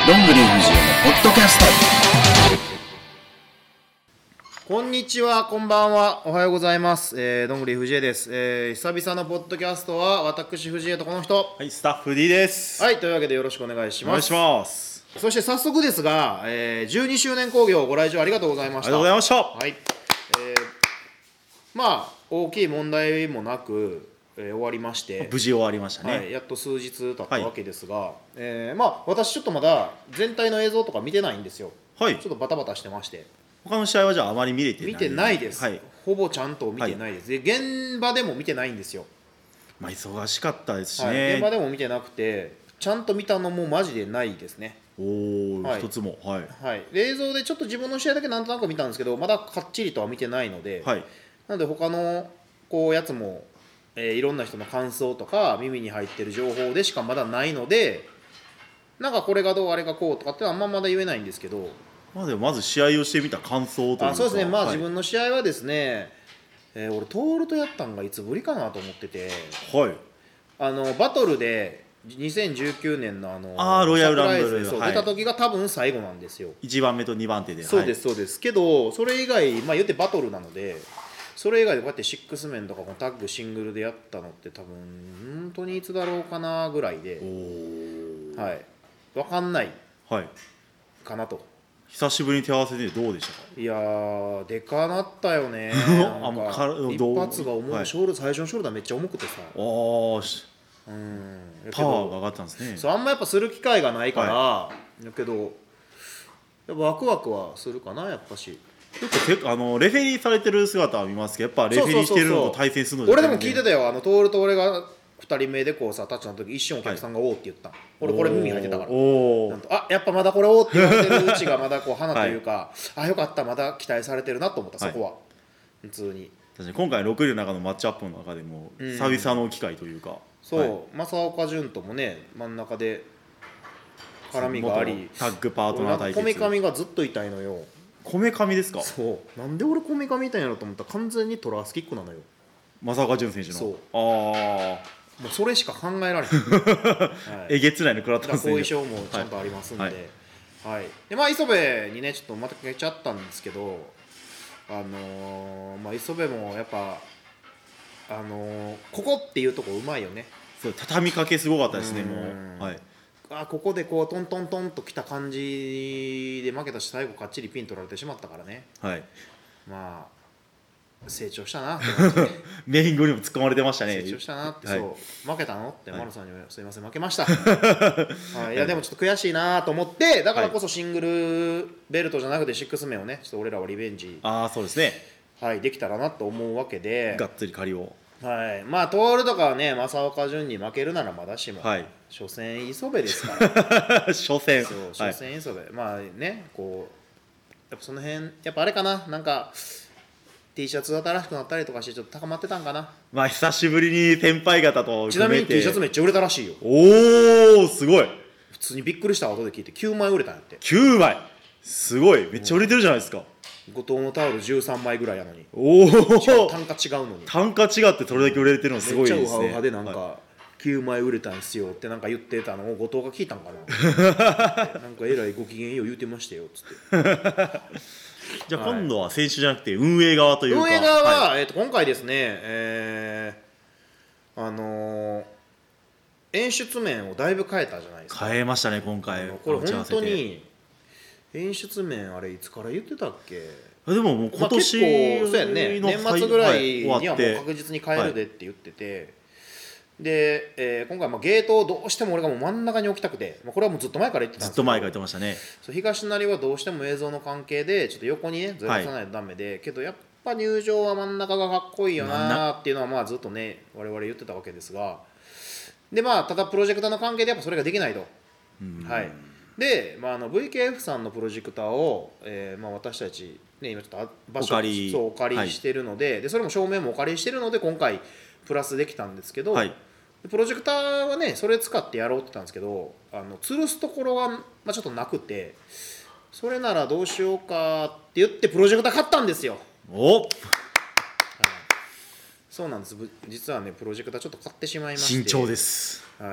どんぐり藤枝のポッドキャスト。 こんにちは、こんばんは、おはようございます。どんぐり藤江です。久々のポッドキャストは私藤江とこの人。 はい、スタッフ D です。 はい、というわけでよろしくお願いします。 お願いします。 そして早速ですが、12周年興行ご来場ありがとうございました。 ありがとうございました。 はい。まあ大きい問題もなく、終わりまして、 無事終わりましたね。 はい、やっと数日経ったわけですが、まあ私ちょっとまだ全体の映像とか見てないんですよ。 はい。 ちょっとバタバタしてまして。 他の試合はじゃああまり見れてない。 見てないです、 はい。 ほぼちゃんと見てないです、で現場でも見てないんですよ、 まあ忙しかったですしね。 はい、現場でも見てなくてちゃんと見たのもマジでないですね。 おお、 はい一つも。はい。 はい、で映像でちょっと自分の試合だけなんとなく見たんですけどまだかっちりとは見てないので、 はい。 なので他のこうやつも、いろんな人の感想とか耳に入ってる情報でしかまだないのでなんかこれがどうあれがこうとかってのはあんままだ言えないんですけど、 まあでもまず試合をしてみた感想というか。 そうですね、まあはい自分の試合はですね、俺トールとやったんがいつぶりかなと思ってて、 はい。 バトルで2019年のロイヤルランブルサプライズではい出た時が多分最後なんですよ。 1番目と2番手で。 そうですそうです、けどそれ以外まあ言ってバトルなのでそれ以外でこうやってシックスメンとかタッグシングルでやったのって多分本当にいつだろうかなぐらいで、はい、分かんないはい。 かなと。 久しぶりに手合わせてどうでしたか。 いやーでかなったよねなんもうか一発が重い、 はいショール最初のショルダーめっちゃ重くてさ、 パワーが上がったんですね。 そうあんまやっぱする機会がないから、だけどやっぱワクワクはするかなやっぱし。 結構レフェリーされてる姿は見ますけど、やっぱレフェリーしてるのと対戦するの俺でも聞いてたよ、トールと俺が2人目でこうさタッチの時一瞬お客さんが「おー」って言った、俺これ耳入ってたからなんとやっぱまだこれ「おー」って言われてるうちがまだこう花というか、よかったまだ期待されてるなと思った、そこは普通に。 確かに今回6人の中のマッチアップの中でも久々の機会というか、 正岡潤ともね真ん中で絡みがあり、 タッグパートナー対決。 こめかみがずっと痛いのよ。 こめかみですか。 そうなんで俺こめかみ痛いんやろと思ったら完全にトラースキックなのよ。 正岡潤選手の。 そうもうそれしか考えられない、 えげつないの食らったんですね。 後遺症もちゃんとありますんで、はいでまあ磯部にねちょっとまたけちゃったんですけど、まあ磯部もやっぱここっていうとこうまいよね。 そう畳みかけすごかったですね。もう、はい、 ここでこうトントントンときた感じで負けたし最後かっちりピン取られてしまったからね、 はい、 まあ成長したなって感じでメイン後にも突っ込まれてましたね。 成長したなって、 はい、 そう負けたのって丸さんにもすいません負けましたはい、いやでもちょっと悔しいなと思ってだからこそシングルベルトじゃなくてシックス面をねちょっと俺らはリベンジそうですね、 はい、できたらなと思うわけでがっつり借りを、 はい、まあトールとかはね正岡潤に負けるならまだしも、 はい、 所詮磯部ですから所詮そう所詮磯部、まあねこうやっぱその辺やっぱあれかななんかT シャツ新しくなったりとかしてちょっと高まってたんかな。 まあ久しぶりに先輩方とちなみに T シャツめっちゃ売れたらしいよ。 おおすごい。 普通にびっくりした後で聞いて9枚売れたんやって。 9枚すごいめっちゃ売れてるじゃないですか。 後藤のタオル13枚ぐらいやのに。 おお単価違うのに。 単価違ってそれだけ売れてるのすごいですね。 めっちゃウハウハでなんか、9枚売れたんすよってなんか言ってたのを後藤が聞いたんかな。なんかえらいご機嫌よう言うてましたよっつって。 じゃあ今度は選手じゃなくて運営側というか、 運営側は、今回ですね、演出面をだいぶ変えたじゃないですか。 変えましたね今回。 これ本当に演出面あれいつから言ってたっけ。 でももう今年結構そうやね年末ぐらいにはもう確実に変えるでって言ってて、で、今回ゲートをどうしても俺がもう真ん中に置きたくて、これはもうずっと前から言ってたんですけど、 ずっと前から言ってましたね。 そう東成はどうしても映像の関係でちょっと横にねずらさないとダメで、けどやっぱ入場は真ん中がかっこいいよなっていうのはまあずっとね我々言ってたわけですが、でただプロジェクターの関係でやっぱそれができないと、はいで、VKF さんのプロジェクターを、私たち、ね、今ちょっと場所お借りしてるので、でそれも照明もお借りしてるので今回プラスできたんですけど、プロジェクターはねそれ使ってやろうって言ったんですけど吊るすところが、ちょっとなくてそれならどうしようかって言ってプロジェクター買ったんですよ。そうなんです。実はねプロジェクターちょっと買ってしまいまして、 慎重です。 はい、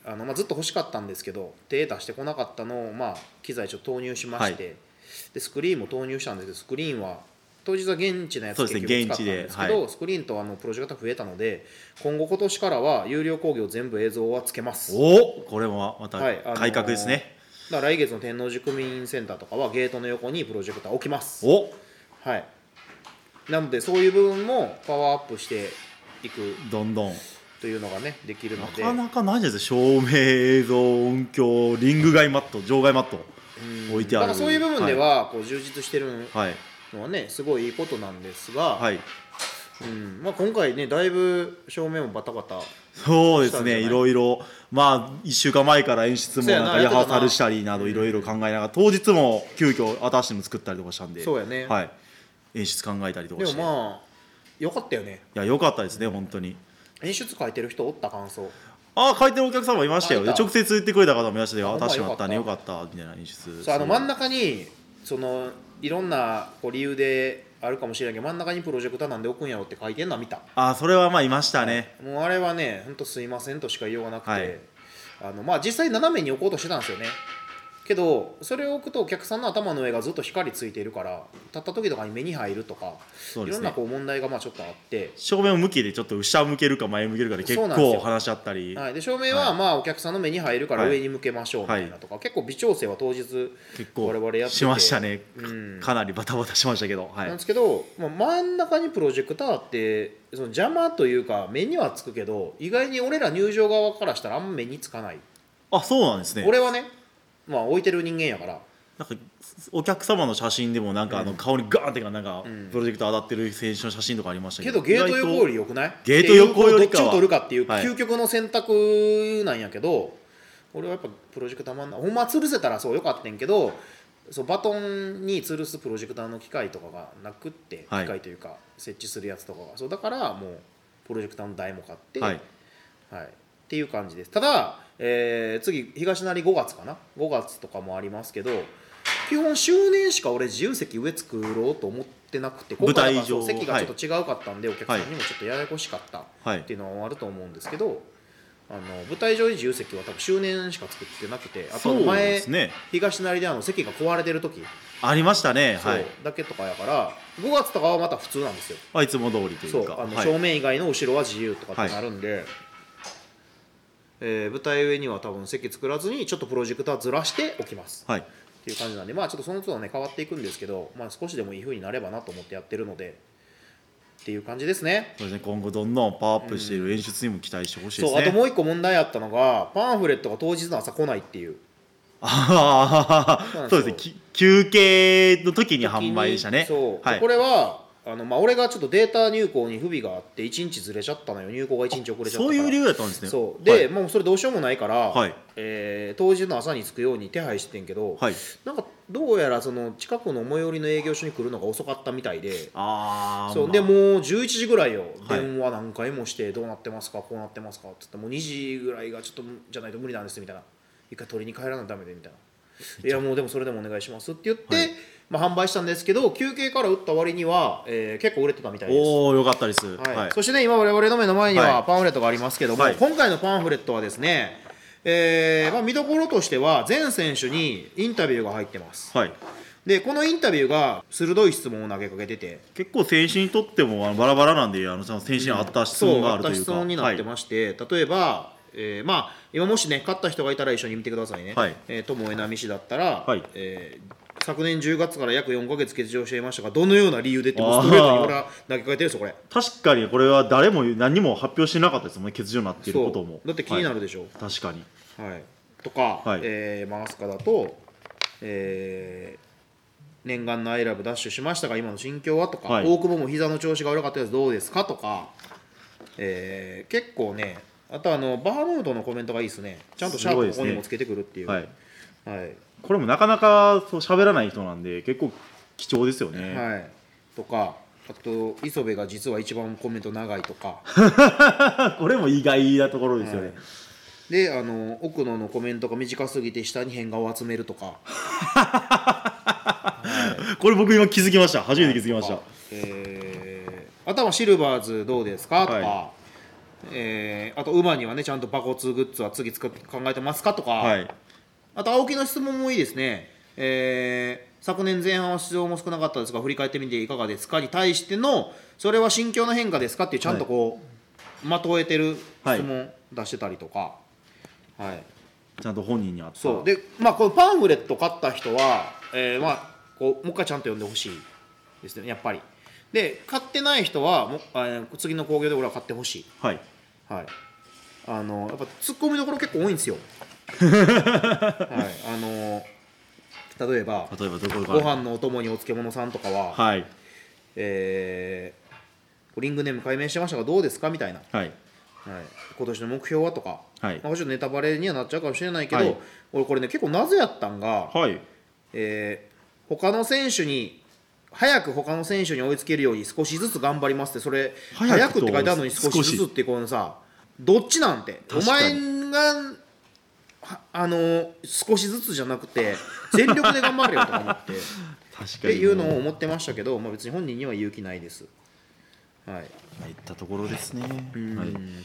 ずっと欲しかったんですけど手出してこなかったのを、機材ちょっと投入しまして、でスクリーンも投入したんですけど、スクリーンは当日は現地のやつ結局使ったんですけど、スクリーンとプロジェクター増えたので、今年からは有料工業全部映像はつけます。 これもまた改革ですね。 だから来月の天王寺区民センターとかはゲートの横にプロジェクター置きます。はい、なのでそういう部分もパワーアップしていくどんどんというのがねできるので、 なかなかないじゃないですか。照明、映像、音響、リング外マット、場外マット置いてある。 だからそういう部分ではこう充実してるのはねすごいいいことなんですが、今回ねだいぶ照明もバタバタそうですね、いろいろ1週間前から演出もなんかリハーサルしたりなどいろいろ考えながら、当日も急遽新しいの作ったりとかしたんで、 そうやね、 演出考えたりとかして、 でもよかったよね。 いやよかったですね、本当に。 演出書いてる人おった？感想書いてるお客様いましたよ。直接言ってくれた方もいましたよ。確かにあったね、よかったみたいな演出。 そう真ん中にいろんな理由であるかもしれないけど、真ん中にプロジェクターなんで置くんやろって書いてんのは見た。 それはいましたね。 もうあれはね本当すいませんとしか言いようがなくて、実際斜めに置こうとしてたんですよね。けどそれを置くとお客さんの頭の上がずっと光ついているから、立った時とかに目に入るとか、いろんな問題がちょっとあって、 照明を向きでちょっと下向けるか前向けるかで結構話し合ったり、 で照明はお客さんの目に入るから上に向けましょうみたいなとか、結構微調整は当日結構我々やっててしましたね、かなりバタバタしましたけど、 なんですけど、真ん中にプロジェクターって邪魔というか目にはつくけど、意外に俺ら入場側からしたらあんま目につかない。 そうなんですね。 俺はね置いてる人間やから、 なんかお客様の写真でもなんか顔にガーンってなんかプロジェクター当たってる選手の写真とかありましたけど、 ゲート横よりよくない？ ゲート横よりかはどっちを取るかっていう究極の選択なんやけど、俺はやっぱプロジェクター真ん中ほんま吊るせたらよかったんけど、バトンに吊るすプロジェクターの機械とかがなくって、機械というか設置するやつとかがだからもうプロジェクターの台も買って、っていう感じです。ただ、次東成5月かな、5月とかもありますけど、基本周年しか俺自由席上作ろうと思ってなくて、 舞台上席がちょっと違うかったんで、お客さんにもちょっとややこしかったっていうのはあると思うんですけど、舞台上に自由席は多分周年しか作ってなくて、あと前、東成で席が壊れてる時ありましたね、 だけとかやから、5月とかはまた普通なんですよ。 いつも通りというか、 正面以外の後ろは自由とかってなるんで、舞台上には多分席作らずにちょっとプロジェクターずらしておきます、っていう感じなんで、ちょっとその都度ね変わっていくんですけど、少しでもいい風になればなと思ってやってるのでっていう感じですね。 そうですね、今後どんどんパワーアップしている演出にも期待してほしいですね。 あともう一個問題あったのが、パンフレットが当日の朝来ないっていう。 そうですね、休憩の時に販売でしたね。 これは俺がちょっ当データ入稿に不備があって1日ずれちゃったのよ。入稿が1日遅れちゃったから。 そういう理由だったんですね。 で、もうそれどうしようもないから、当日の朝に着くように手配してんけど、なんかどうやらその近くの最寄りの営業所に来るのが遅かったみたいで、でもう11時ぐらいよ、電話何回もしてどうなってますかこうなってますかって言って、もう2時ぐらいがちょっとじゃないと無理なんですみたいな、一回取りに帰らないとダメでみたいな、いやもうでもそれでもお願いしますって言って、販売したんですけど、休憩から打った割には、結構売れてたみたいです。 よかったです、 そしてね、今我々の目の前にはパンフレットがありますけども、今回のパンフレットはですね、見どころとしては全選手にインタビューが入ってます、でこのインタビューが鋭い質問を投げかけてて、 結構選手にとってもバラバラなんで、その選手に合った質問があるというか、 質問になってまして、例えば、今もしね勝った人がいたら一緒に見てくださいね。友江波氏だったら、昨年10月から約4ヶ月欠場していましたが、どのような理由でってもストレートに俺は投げかけてるんですよ。これ確かにこれは誰も何も発表してなかったですもんね、欠場になっていることも。 だって気になるでしょ、 確かに、 とか、アスカだと、念願のアイラブダッシュしましたが今の心境はとか、大久保も膝の調子が悪かったですどうですかとか、結構ね、あとバームードのコメントがいいですね。ちゃんとシャープここにもつけてくるっていう、 これもなかなか喋らない人なんで結構貴重ですよね、 とか、あと磯部が実は一番コメント長いとかこれも意外なところですよね、 で奥野のコメントが短すぎて下に変顔を集めるとかこれ僕今気づきました。初めて気づきました。 あとはシルバーズどうですかとか、 あと馬にはねちゃんと馬骨グッズは次考えてますかとか、 はい、 あと青木の質問もいいですね。昨年前半は出場も少なかったですが振り返ってみていかがですかに対してのそれは心境の変化ですかっていうちゃんとこう、まとえてる質問出してたりとか、はい、 ちゃんと本人にあった。 そうで、まあ、このパンフレット買った人は、まあ、こうもう一回ちゃんと読んでほしいですねやっぱり。で買ってない人は次の興行で俺は買ってほしい。 はい、 はい、やっぱツッコミどころ結構多いんですよ。はい、例えばどこご飯のお供にお漬物さんとかは、 はい、 リングネーム解明してましたがどうですかみたいな、 はい、 はい、今年の目標はとか、 はい、 まあ、ちょっとネタバレにはなっちゃうかもしれないけど、 はい、 俺これね結構謎やったんが、 はい、 他の選手に早く他の選手に追いつけるように少しずつ頑張りますってそれ早くって書いてあるのに少しずつってこのさどっちなんてお前が少しずつじゃなくて全力で頑張れよとか思ってっていうのを思ってましたけど、まあ、別に本人には言う気ないです。はい、 いったところですね。はい、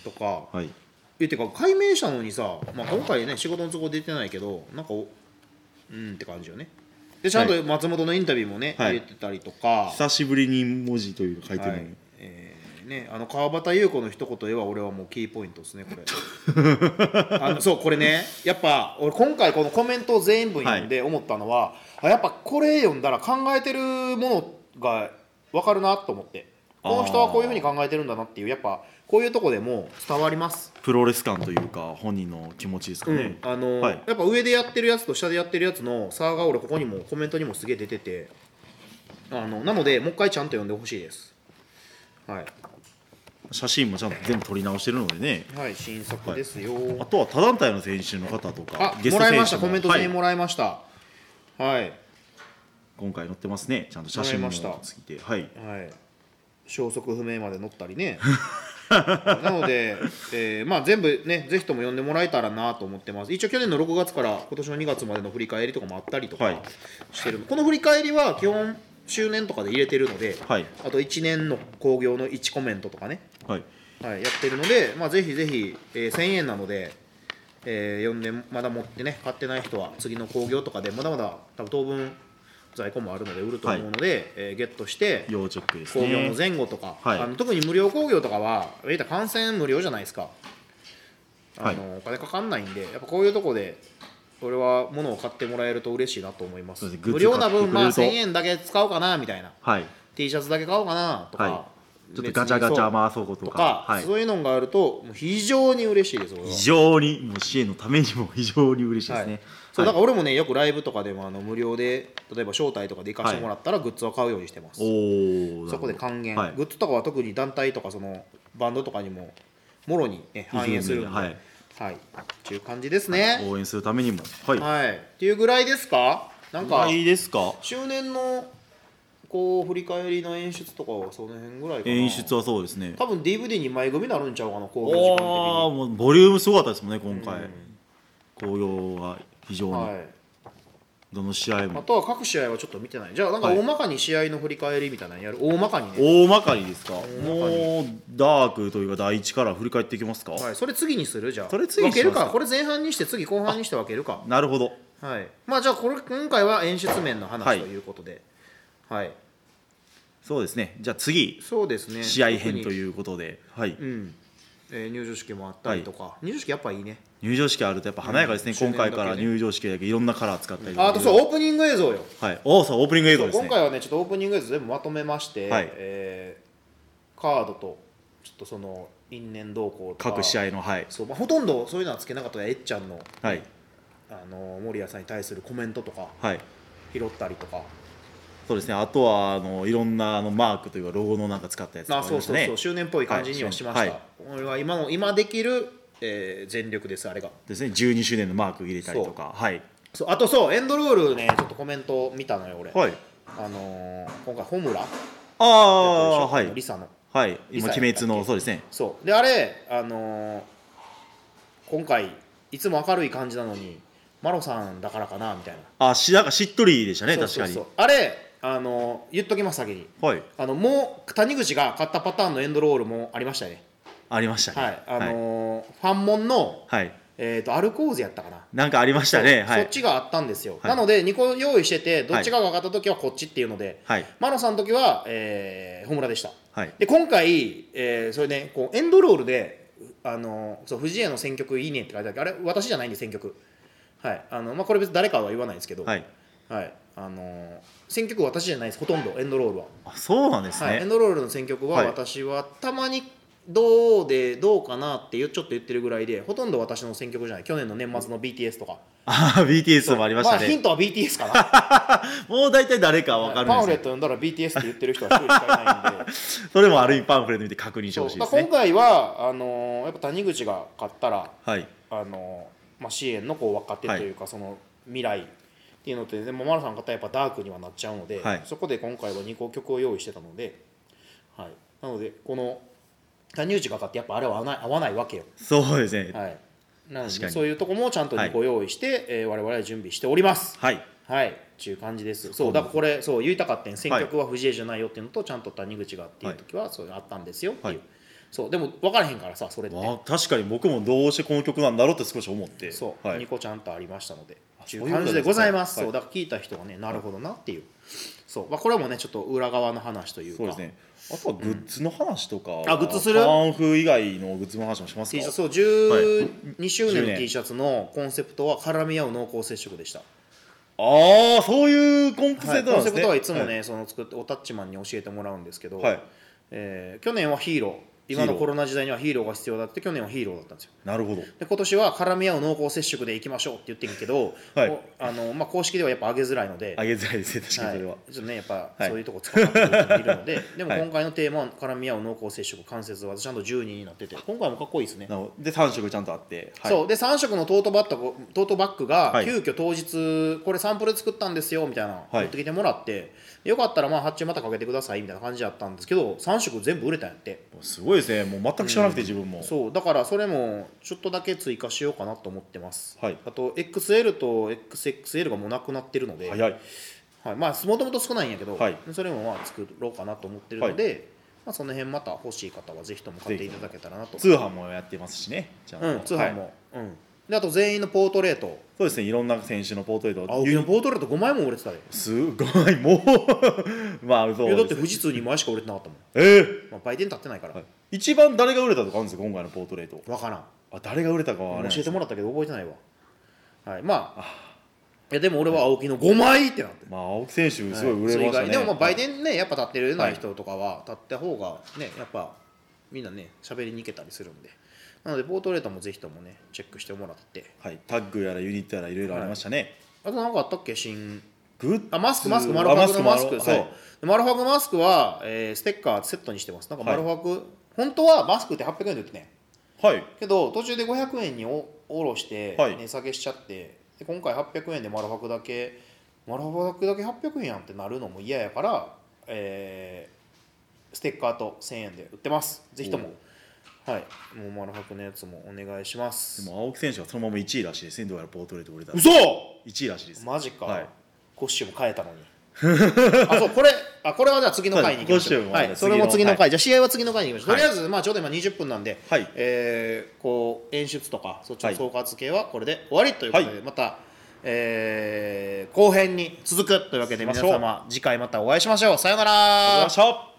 とか、 はい、 てか解明したのにさ、まあ、今回ね仕事の都合出てないけどなんかって感じよね。でちゃんと松本のインタビューもね、 はい、 入れてたりとか久しぶりに文字というか書いてるのに、はいね、川端優子の一言は俺はもうキーポイントですねこれそうこれねやっぱ俺今回このコメントを全部読んで思ったのは、やっぱこれ読んだら考えてるものが分かるなと思ってこの人はこういうふうに考えてるんだなっていうやっぱこういうとこでも伝わります。 プロレス感というか本人の気持ちですかね。 はい、やっぱ上でやってるやつと下でやってるやつの差が俺ここにもコメントにもすげえ出ててなのでもう一回ちゃんと読んでほしいです。はい、 写真もちゃんと全部撮り直してるのでね。 はい、新作ですよ。 あとは他団体の選手の方とかゲスト選手ももらいましたコメント全員もらいました。はい、 今回載ってますねちゃんと写真もついて、はい、 はい、消息不明まで載ったりねなので、まあ、全部ねぜひとも読んでもらえたらなと思ってます。一応去年の6月から今年の2月までの振り返りとかもあったりとかしてる、この振り返りは基本周年とかで入れてるので、 はい、 あと1年の興行の1コメントとかね、 はいはい、やってるので、まあ、ぜひぜひ、1000円なので、読んでまだ持ってね買ってない人は次の興行とかでまだまだ多分当分在庫もあるので売ると思うので、ゲットして要チェックですね。 興行の前後とか、 はい、 特に無料興行とかは観戦無料じゃないですか。 はい、 お金かかんないんでやっぱこういうとこで俺は物を買ってもらえると嬉しいなと思います。無料な分、まあ、1000円だけ使おうかなみたいな、はい、T シャツだけ買おうかなとか、はい、 ちょっとガチャガチャ回そうとか、 はい、そういうのがあるともう非常に嬉しいです。 非常にもう支援のためにも非常に嬉しいですね。はい、 そうだから俺もねよくライブとかでも無料で例えば招待とかで行かせてもらったらグッズを買うようにしてます。そこで還元、はい、グッズとかは特に団体とかそのバンドとかにももろに、ね、反映するんで、はいはい、っていう感じですね。 はい、応援するためにも、はいはい、っていうぐらいですか。なんかいいですか。 周年のこう振り返りの演出とかはその辺ぐらいかな。 演出はそうですね。 多分 DVD に枚組になるんちゃうかな。 興行時間的にもうボリュームすごかったですもんね今回。興行は非常に、はい、どの試合も。 あとは各試合はちょっと見てない。じゃあなんか大まかに試合の振り返りみたいなのやる。大まかにね。 大まかにですか。もうダークというか第一から振り返っていきますか。 はい、それ次にする。じゃあそれ次にしますか。 分けるか。これ前半にして次後半にして分けるか。 なるほど。 はい、まあじゃあこれ今回は演出面の話ということで、はい、 そうですね。じゃあ次、 そうですね、 試合編ということで、はい、 入場式もあったりとか、はい、入場式やっぱいいね。 入場式あるとやっぱ華やかですね。今回から入場式だけいろんなカラー使ったりとか、 あとそうオープニング映像よ。 はい、そうオープニング映像ですね。 今回はねちょっとオープニング映像全部まとめまして、はい、カードとちょっとその因縁動向とか各試合の、はい、 そう、まあ、ほとんどそういうのはつけなかったらえっちゃんの、 はい、 森谷さんに対するコメントとか、 はい、 拾ったりとか。 そうですね。あとはいろんなマークというかロゴのなんか使ったやつとかありましたね。 そう周年っぽい感じにはしました。はい、俺は今できる、全力ですあれがですね。12周年のマーク入れたりとか、はい。 そうあとそうエンドロールねちょっとコメント見たのよ俺。はい。今回ホムラ。 はい。 リサの。 はい。今鬼滅のそうですね。 そうであれ今回いつも明るい感じなのにマロさんだからかなみたいな。 なんかしっとりでしたね。確かに。 あれ言っときます先に、 はい、 もう谷口が買ったパターンのエンドロールもありましたよね。 ありましたね。 はいファンモンの、 はい。 アルコーズやったかな、 なんかありましたね。はい。 そっちがあったんですよ、 はいなので2個用意しててどっちかが分かった時はこっちっていうので、 はい。 マノさんの時は、ホムラでした。 はい。 で今回、それねこうエンドロールでそう藤江の選曲いいねって書いてあるけどあれ私じゃないんで選曲はいこれ別に誰かは言わないですけどはい。 はい選曲私じゃないですほとんどエンドロールは、 あ、そうなんですはい、エンね。 ドロールの選曲ははい私はたまにどうかなってちょっと言ってるぐらいでほとんど私の選曲じゃない去年の年末の BTS とかああ、BTS もありましたね。 ヒントは BTS かなもう大体誰かわかるんですよ。 パンフレット読んだら BTS って言ってる人は1人しかいないんでそれもある意味パンフレット見て確認してほしいですね。 今回はやっぱ谷口が勝ったらはい。 支援のこう若手というか、その未来っていうのってでもマラさんの方はやっぱダークにはなっちゃうので、 はいそこで今回は2個曲を用意してたので、はい、なのでこの谷口が勝ってやっぱあれは合わないわけよ、 そうですね。 はい、なの確かにでそういうとこもちゃんと2個用意して、我々は準備しておりますはい。 はいっていう感じです。そうだからこれそう言いたかったん選曲は藤江じゃないよっていうのとちゃんと谷口がっていう時はそういうのあったんですよっていう、 はいそうでも分からへんからさそれって確かに僕もどうしてこの曲なんだろうって少し思って。 そう、 はい 2個ちゃんとありましたのでっていそういうことう感じでございます。 はいそうだから聞いた人がねなるほどなっていう、そうこれもねちょっと裏側の話というかそうですね。あとはグッズの話とか、 あグッズするパンフ以外のグッズの話もしますか。 T シャツそう12周年 10 の年 T シャツのコンセプトは絡み合う濃厚接触でした。 ああ、そういうコンセプトはい、コンセなんですね。 プトはいつもね、 はいその作っておタッチマンに教えてもらうんですけど、 はい去年はヒーロー今のヒーローコロナ時代にはヒーローが必要だって去年はヒーローだったんですよ。 なるほど。 で今年は絡み合う濃厚接触でいきましょうって言ってるけど、 はい公式ではやっぱ上げづらいのであげづらいですね、確かにそれは。 い、ちょっとねやっぱはいそういうとこ使ってる人もいるので、でもはい今回のテーマは絡み合う濃厚接触関節技ちゃんと12になってて今回もかっこいいですね。 なので3色ちゃんとあって、はい、 そうで3色のトートバッグがはい急遽当日これサンプル作ったんですよみたいなはい持ってきてもらって、よかったらまあ発注またかけてくださいみたいな感じだったんですけど3色全部売れたんやって。 すごいですね。もう全く知らなくて、自分も。 そうだからそれもちょっとだけ追加しようかなと思ってます。 はいあと XL と XXL がもうなくなってるので、 早い。 はい、まあもともと少ないんやけど、 はいそれもまあ作ろうかなと思ってるので、まあ、その辺また欲しい方はぜひとも買っていただけたらなと。 通販もやってますしね。ちゃんと通販も、 はいであと全員のポートレートそうですね。いろんな選手のポートレート青木のポートレート5枚も売れてたで。 すごい、もうまあ、そういやだってです。 富士通2枚しか売れてなかったもん、まあ、売店立ってないから、 はい一番誰が売れたとかあるんですか、今回のポートレート。 分からんあ、誰が売れたかはあれ教えてもらったけど覚えてないわ。はい、まあいやでも俺は青木の5枚ってなって、 まあ、青木選手、すごい売れましたね。 それ以外でもまあはい売店ねやっぱ立ってるような人とかは立った方がねやっぱみんなね喋りに行けたりするんで、なのでポートレートもぜひともねチェックしてもらって。 はい、タッグやらユニットやらいろいろありましたね。 あと何かあったっけ新グッマスクマルファグのマスク、そう、 はいでマルファグマスクは、ステッカーセットにしてます。なんかマルファグ、本当はマスクって800円で売ってねはい。 けど途中で500円におろしてはい値下げしちゃって、で今回800円でマルファグだけ800円やんってなるのも嫌やから、ステッカーと1000円で売ってます。ぜひとも、はい、もうマルファグのやつもお願いします。 でも青木選手はそのまま1位らしいですね。どうやらポートレート売れたら嘘 1位らしいです。 マジか、 はいコスチューム変えたのにあそうこれはじゃあ次の回に行きましょう。 コスチュームははい、それも次の回、 はいじゃあ試合は次の回に行きましょう。 はいとりあえずまあちょうど今20分なんで、 はいこう演出とかそっちの総括系はこれで終わりということで、 はいまた、後編に続くというわけで皆しましょう様次回またお会いしましょう。さようなら。 ありがとうございました。